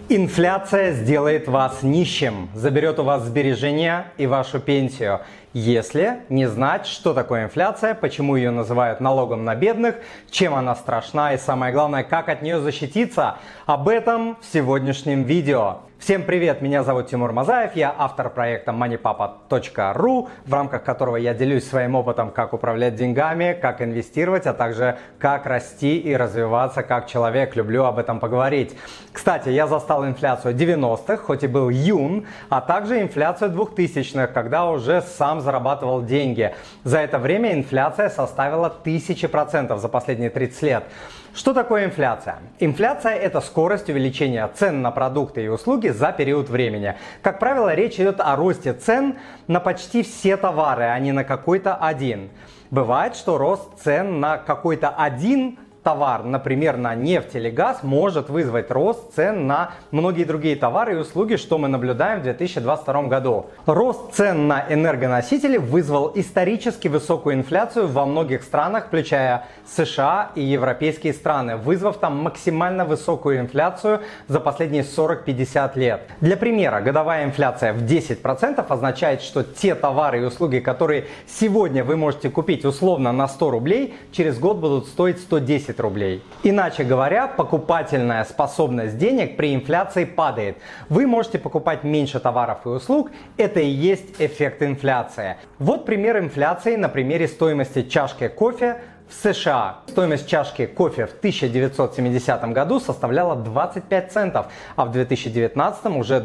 Инфляция сделает вас нищим, заберет у вас сбережения и вашу пенсию. Если не знать, что такое инфляция, почему ее называют налогом на бедных, чем она страшна и самое главное, как от нее защититься, об этом в сегодняшнем видео. Всем привет, меня зовут Тимур Мазаев, я автор проекта moneypapa.ru, в рамках которого я делюсь своим опытом, как управлять деньгами, как инвестировать, а также как расти и развиваться как человек. Люблю об этом поговорить. Кстати, я застал инфляцию 90-х, хоть и был юн, а также инфляцию 2000-х, когда уже сам зарабатывал деньги. За это время инфляция составила 1000% за последние 30 лет. Что такое инфляция? Инфляция – это скорость увеличения цен на продукты и услуги за период времени. Как правило, речь идет о росте цен на почти все товары, а не на какой-то один. Бывает, что рост цен на какой-то один товар, например, на нефть или газ, может вызвать рост цен на многие другие товары и услуги, что мы наблюдаем в 2022 году. Рост цен на энергоносители вызвал исторически высокую инфляцию во многих странах, включая США и европейские страны, вызвав там максимально высокую инфляцию за последние 40-50 лет. Для примера, годовая инфляция в 10% означает, что те товары и услуги, которые сегодня вы можете купить условно на 100 рублей, через год будут стоить 110 рублей. Иначе говоря, покупательная способность денег при инфляции падает. Вы можете покупать меньше товаров и услуг, это и есть эффект инфляции. Вот пример инфляции на примере стоимости чашки кофе в США. Стоимость чашки кофе в 1970 году составляла 25 центов, а в 2019 уже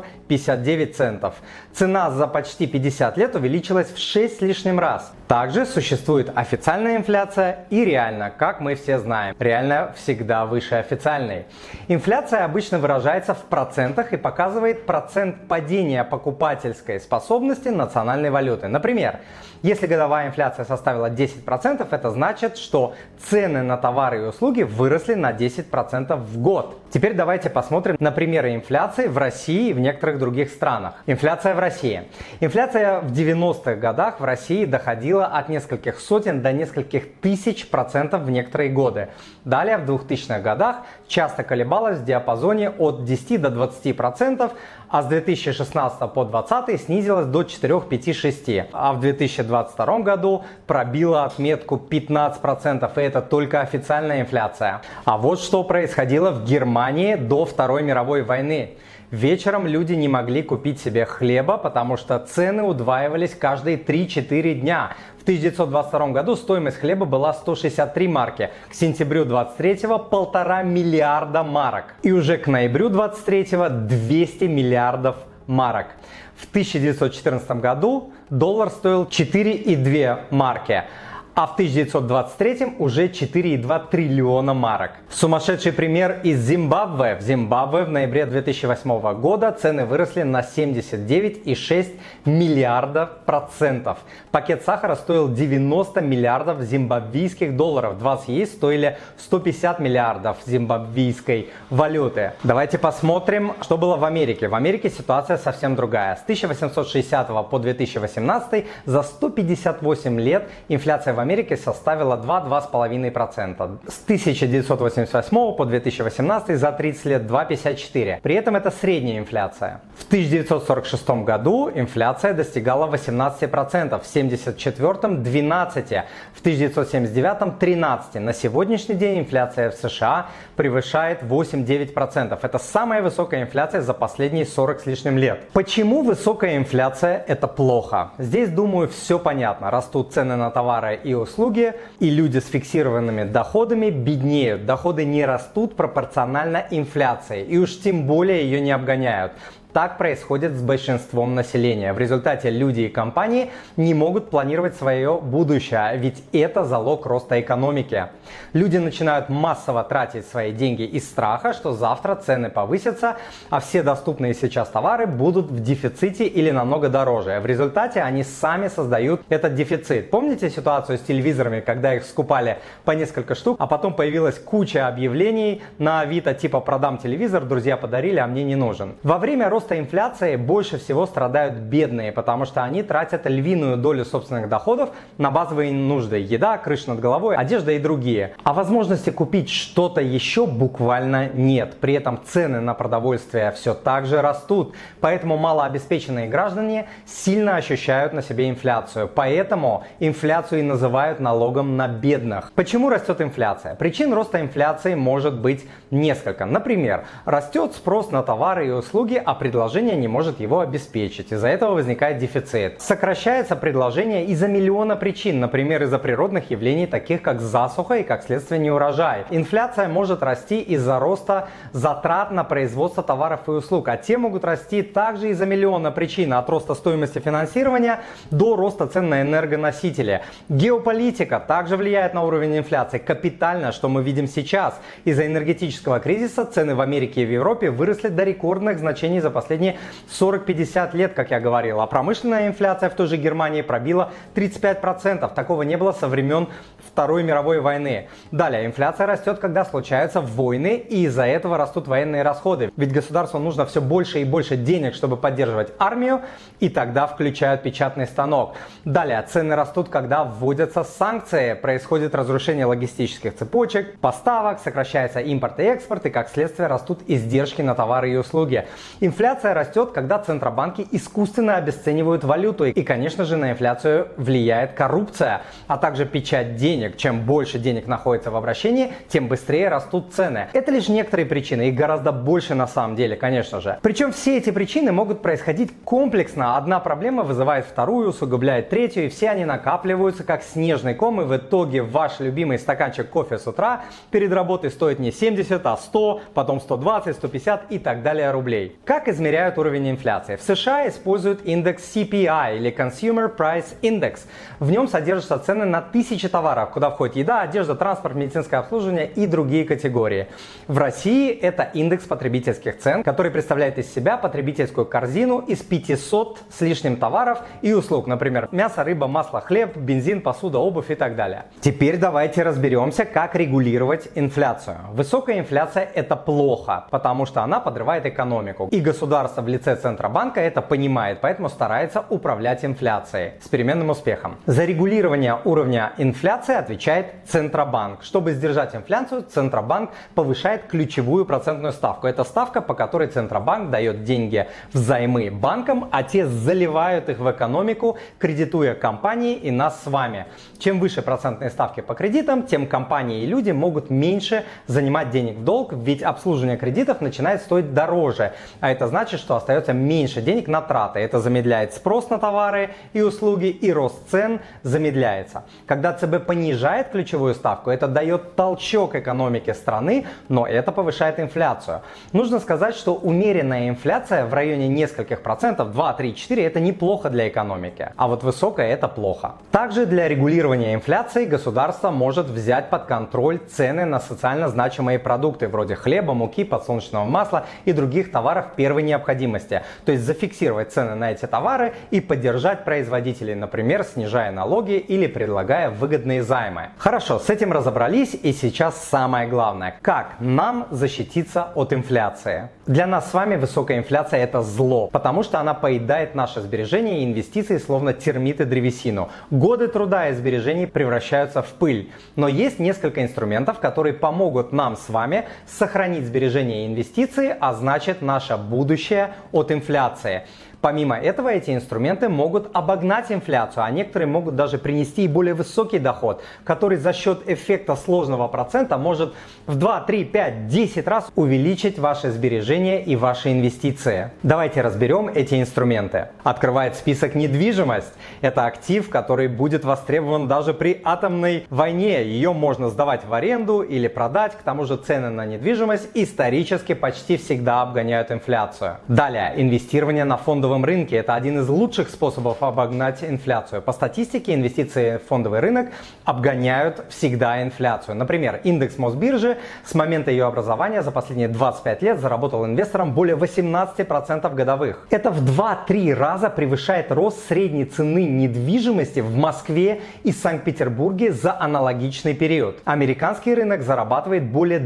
$1.59. Цена за почти 50 лет увеличилась в 6 с лишним раз. Также существует официальная инфляция и реальная, как мы все знаем. Реальная всегда выше официальной. Инфляция обычно выражается в процентах и показывает процент падения покупательской способности национальной валюты. Например, если годовая инфляция составила 10%, это значит, что цены на товары и услуги выросли на 10% в год. Теперь давайте посмотрим на примеры инфляции в России и в некоторых других странах. Инфляция в России. Инфляция в 90-х годах в России доходила от нескольких сотен до нескольких тысяч процентов в некоторые годы. Далее в 2000-х годах часто колебалась в диапазоне от 10 до 20%, а с 2016 по 2020 снизилась до 4, 5, 6. А в 2022 году пробила отметку 15%, и это только официальная инфляция. А вот что происходило в Германии до Второй мировой войны. Вечером люди не могли купить себе хлеба, потому что цены удваивались каждые 3-4 дня. В 1922 году стоимость хлеба была 163 марки, к сентябрю 23-го 1,5 миллиарда марок. И уже к ноябрю 23-го 200 миллиардов марок. В 1914 году доллар стоил 4,2 марки. А в 1923 уже 4,2 триллиона марок. Сумасшедший пример из Зимбабве. В Зимбабве в ноябре 2008 года цены выросли на 79,6 миллиардов процентов. Пакет сахара стоил 90 миллиардов зимбабвийских долларов. 20 яиц стоили 150 миллиардов зимбабвийской валюты. Давайте посмотрим, что было в Америке. В Америке ситуация совсем другая. С 1860 по 2018 за 158 лет инфляция в Америке составила 2-2,5%. С 1988 по 2018 за 30 лет 2,54%. При этом это средняя инфляция. В 1946 году инфляция достигала 18%, в 1974 12%, в 1979 13%. На сегодняшний день инфляция в США превышает 8-9%. Это самая высокая инфляция за последние 40 с лишним лет. Почему высокая инфляция это плохо? Здесь, думаю, все понятно. Растут цены на товары и услуги, и люди с фиксированными доходами беднеют. Доходы не растут пропорционально инфляции, и уж тем более ее не обгоняют. Так происходит с большинством населения. В результате люди и компании не могут планировать свое будущее, ведь это залог роста экономики. Люди начинают массово тратить свои деньги из страха, что завтра цены повысятся, а все доступные сейчас товары будут в дефиците или намного дороже. В результате они сами создают этот дефицит. Помните ситуацию с телевизорами, когда их скупали по несколько штук, а потом появилась куча объявлений на Авито типа «продам телевизор, друзья подарили, а мне не нужен». Во время роста роста инфляции больше всего страдают бедные, потому что они тратят львиную долю собственных доходов на базовые нужды: еда, крыша над головой, одежда и другие. А возможности купить что-то еще буквально нет. При этом цены на продовольствие все так же растут, поэтому малообеспеченные граждане сильно ощущают на себе инфляцию. Поэтому инфляцию и называют налогом на бедных. Почему растет инфляция? Причин роста инфляции может быть несколько. Например, растет спрос на товары и услуги, а предложение не может его обеспечить. Из-за этого возникает дефицит. Сокращается предложение из-за миллиона причин, например, из-за природных явлений, таких как засуха и, как следствие, неурожай. Инфляция может расти из-за роста затрат на производство товаров и услуг, а те могут расти также из-за миллиона причин, от роста стоимости финансирования до роста цен на энергоносители. Геополитика также влияет на уровень инфляции капитально, что мы видим сейчас. Из-за энергетического кризиса цены в Америке и в Европе выросли до рекордных значений за последние 40-50 лет, как я говорил. А промышленная инфляция в той же Германии пробила 35%. Такого не было со времен Второй мировой войны. Далее, инфляция растет, когда случаются войны, и из-за этого растут военные расходы. Ведь государству нужно все больше и больше денег, чтобы поддерживать армию, и тогда включают печатный станок. Далее, цены растут, когда вводятся санкции, происходит разрушение логистических цепочек, поставок, сокращается импорт и экспорт, и как следствие растут издержки на товары и услуги. Инфляция растет, когда центробанки искусственно обесценивают валюту, и, конечно же, на инфляцию влияет коррупция, а также печать денег. Чем больше денег находится в обращении, тем быстрее растут цены. Это лишь некоторые причины, их гораздо больше на самом деле, конечно же. Причем все эти причины могут происходить комплексно. Одна проблема вызывает вторую, усугубляет третью, и все они накапливаются как снежный ком, и в итоге ваш любимый стаканчик кофе с утра перед работой стоит не 70, а 100, потом 120, 150 и так далее рублей. Как измеряют уровень инфляции? В США используют индекс CPI или Consumer Price Index. В нем содержатся цены на тысячи товаров, куда входит еда, одежда, транспорт, медицинское обслуживание и другие категории. В России это индекс потребительских цен, который представляет из себя потребительскую корзину из 500 с лишним товаров и услуг, например, мясо, рыба, масло, хлеб, бензин, посуда, обувь и так далее. Теперь давайте разберемся, как регулировать инфляцию. Высокая инфляция – это плохо, потому что она подрывает экономику. И государство в лице Центробанка это понимает, поэтому старается управлять инфляцией с переменным успехом. За регулирование уровня инфляции отвечает Центробанк. Чтобы сдержать инфляцию, Центробанк повышает ключевую процентную ставку. Это ставка, по которой Центробанк дает деньги взаймы банкам, а те заливают их в экономику, кредитуя компании и нас с вами. Чем выше процентные ставки по кредитам, тем компании и люди могут меньше занимать денег в долг, ведь обслуживание кредитов начинает стоить дороже. А это значит, что остается меньше денег на траты. Это замедляет спрос на товары и услуги, и рост цен замедляется. Когда ЦБ понижает ключевую ставку, это дает толчок экономике страны, но это повышает инфляцию. Нужно сказать, что умеренная инфляция в районе нескольких процентов, 2, 3, 4, это неплохо для экономики. А вот высокая это плохо. Также для регулирования инфляции государство может взять под контроль цены на социально значимые продукты, вроде хлеба, муки, подсолнечного масла и других товаров первой необходимости. То есть зафиксировать цены на эти товары и поддержать производителей, например, снижая налоги или предлагая выгодные займы. Хорошо, с этим разобрались, и сейчас самое главное. Как нам защититься от инфляции? Для нас с вами высокая инфляция – это зло, потому что она поедает наши сбережения и инвестиции, словно термиты древесину. Годы труда и сбережений превращаются в пыль. Но есть несколько инструментов, которые помогут нам с вами сохранить сбережения и инвестиции, а значит наше будущее от инфляции. Помимо этого, эти инструменты могут обогнать инфляцию, а некоторые могут даже принести и более высокий доход, который за счет эффекта сложного процента может в 2, 3, 5, 10 раз увеличить ваши сбережения и ваши инвестиции. Давайте разберем эти инструменты. Открывает список недвижимость. Это актив, который будет востребован даже при атомной войне. Ее можно сдавать в аренду или продать. К тому же цены на недвижимость исторически почти всегда обгоняют инфляцию. Далее, инвестирование на фондовом фондовом рынке это один из лучших способов обогнать инфляцию. По статистике, инвестиции в фондовый рынок обгоняют всегда инфляцию. Например, индекс Мосбиржи с момента ее образования за последние 25 лет заработал инвесторам более 18% годовых. Это в 2-3 раза превышает рост средней цены недвижимости в Москве и Санкт-Петербурге за аналогичный период. Американский рынок зарабатывает более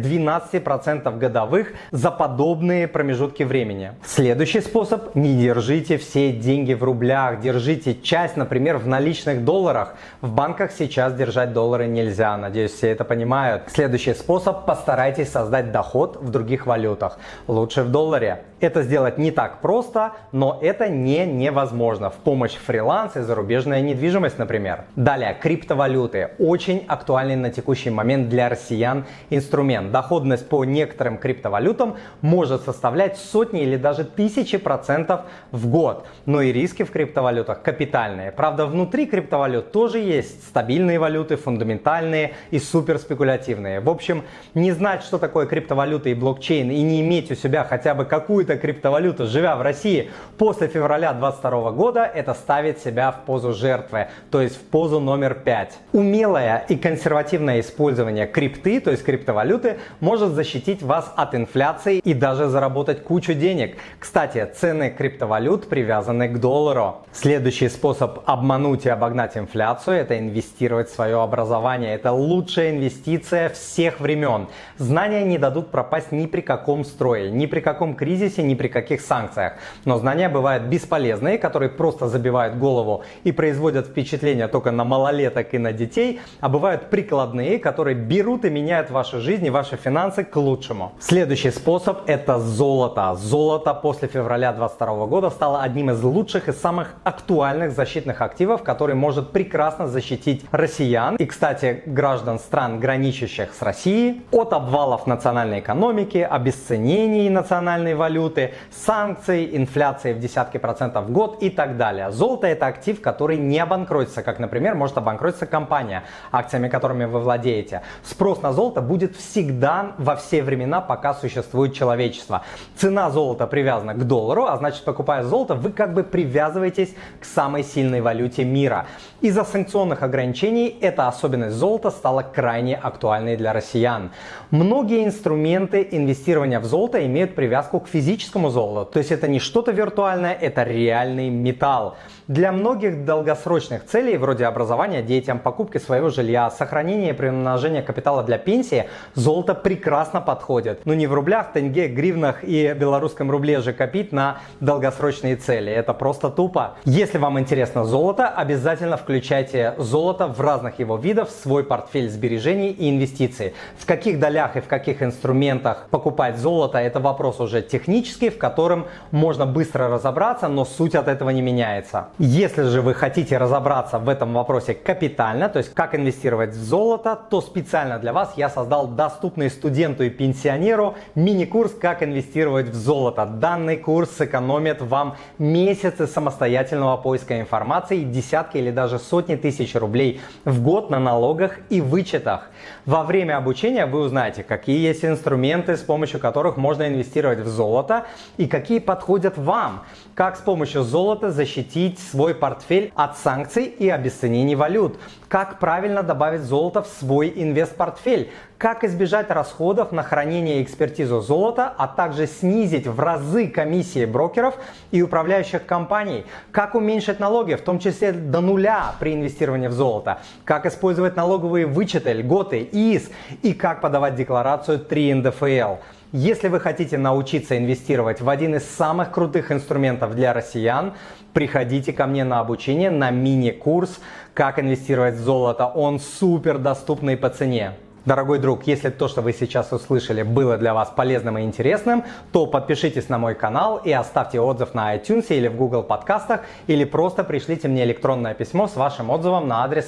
12% годовых за подобные промежутки времени. Следующий способ: не держите все деньги в рублях, держите часть, например, в наличных долларах. В банках сейчас держать доллары нельзя, надеюсь, все это понимают. Следующий способ: постарайтесь создать доход в других валютах, лучше в долларе. Это сделать не так просто, но это не невозможно. В помощь фриланс и зарубежная недвижимость, например. Далее, криптовалюты. Очень актуальный на текущий момент для россиян инструмент. Доходность по некоторым криптовалютам может составлять сотни или даже тысячи процентов в год. Но и риски в криптовалютах капитальные. Правда, внутри криптовалют тоже есть стабильные валюты, фундаментальные и суперспекулятивные. В общем, не знать, что такое криптовалюта и блокчейн, и не иметь у себя хотя бы какую-то криптовалюту, живя в России после февраля 2022 года, это ставит себя в позу жертвы, то есть в позу номер 5. Умелое и консервативное использование крипты, то есть криптовалюты, может защитить вас от инфляции и даже заработать кучу денег. Кстати, цены криптовалют привязаны к доллару. Следующий способ обмануть и обогнать инфляцию – это инвестировать в свое образование. Это лучшая инвестиция всех времен. Знания не дадут пропасть ни при каком строе, ни при каком кризисе, ни при каких санкциях. Но знания бывают бесполезные, которые просто забивают голову и производят впечатление только на малолеток и на детей, а бывают прикладные, которые берут и меняют вашу жизнь и ваши финансы к лучшему. Следующий способ – это золото. Золото после февраля 2022 года стало одним из лучших и самых актуальных защитных активов, который может прекрасно защитить россиян и, кстати, граждан стран, граничащих с Россией, от обвалов национальной экономики, обесценений национальной валюты, санкций, инфляции в десятки процентов в год и так далее. Золото – это актив, который не обанкротится, как, например, может обанкротиться компания, акциями которыми вы владеете. Спрос на золото будет всегда во все времена, пока существует человечество. Цена золота привязана к доллару, а значит, покупая золото, вы как бы привязываетесь к самой сильной валюте мира. Из-за санкционных ограничений эта особенность золота стала крайне актуальной для россиян. Многие инструменты инвестирования в золото имеют привязку к физическому золоту, то есть это не что-то виртуальное, это реальный металл. Для многих долгосрочных целей, вроде образования детям, покупки своего жилья, сохранения и приумножения капитала для пенсии, золото прекрасно подходит. Но не в рублях, тенге, гривнах и белорусском рубле же копить на долгосрочные цели. Это просто тупо. Если вам интересно золото, обязательно включайте золото в разных его видах в свой портфель сбережений и инвестиций. В каких долях и в каких инструментах покупать золото – это вопрос уже технический, в котором можно быстро разобраться, но суть от этого не меняется. Если же вы хотите разобраться в этом вопросе капитально, то есть как инвестировать в золото, то специально для вас я создал доступный студенту и пенсионеру мини-курс «Как инвестировать в золото». Данный курс сэкономит вам месяцы самостоятельного поиска информации и десятки или даже сотни тысяч рублей в год на налогах и вычетах. Во время обучения вы узнаете, какие есть инструменты, с помощью которых можно инвестировать в золото и какие подходят вам. Как с помощью золота защитить свой портфель от санкций и обесценений валют. Как правильно добавить золото в свой инвестпортфель. Как избежать расходов на хранение и экспертизу золота, а также снизить в разы комиссии брокеров и управляющих компаний. Как уменьшить налоги, в том числе до нуля при инвестировании в золото. Как использовать налоговые вычеты, льготы, ИИС и как подавать декларацию 3 НДФЛ. Если вы хотите научиться инвестировать в один из самых крутых инструментов для россиян, приходите ко мне на обучение на мини-курс «Как инвестировать в золото». Он супер доступный по цене. Дорогой друг, если то, что вы сейчас услышали, было для вас полезным и интересным, то подпишитесь на мой канал и оставьте отзыв на iTunes или в Google подкастах, или просто пришлите мне электронное письмо с вашим отзывом на адрес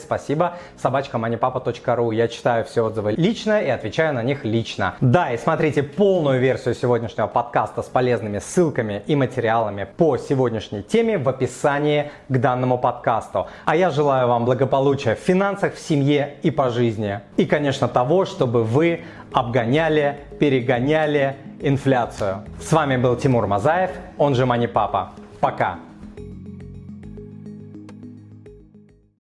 спасибо@moneypapa.ru. Я читаю все отзывы лично и отвечаю на них лично. Да, и смотрите полную версию сегодняшнего подкаста с полезными ссылками и материалами по сегодняшней теме в описании к данному подкасту. А я желаю вам благополучия в финансах, в семье и по жизни. И, конечно, того, чтобы вы обгоняли, перегоняли инфляцию. С вами был Тимур Мазаев, он же MoneyPapa. Пока!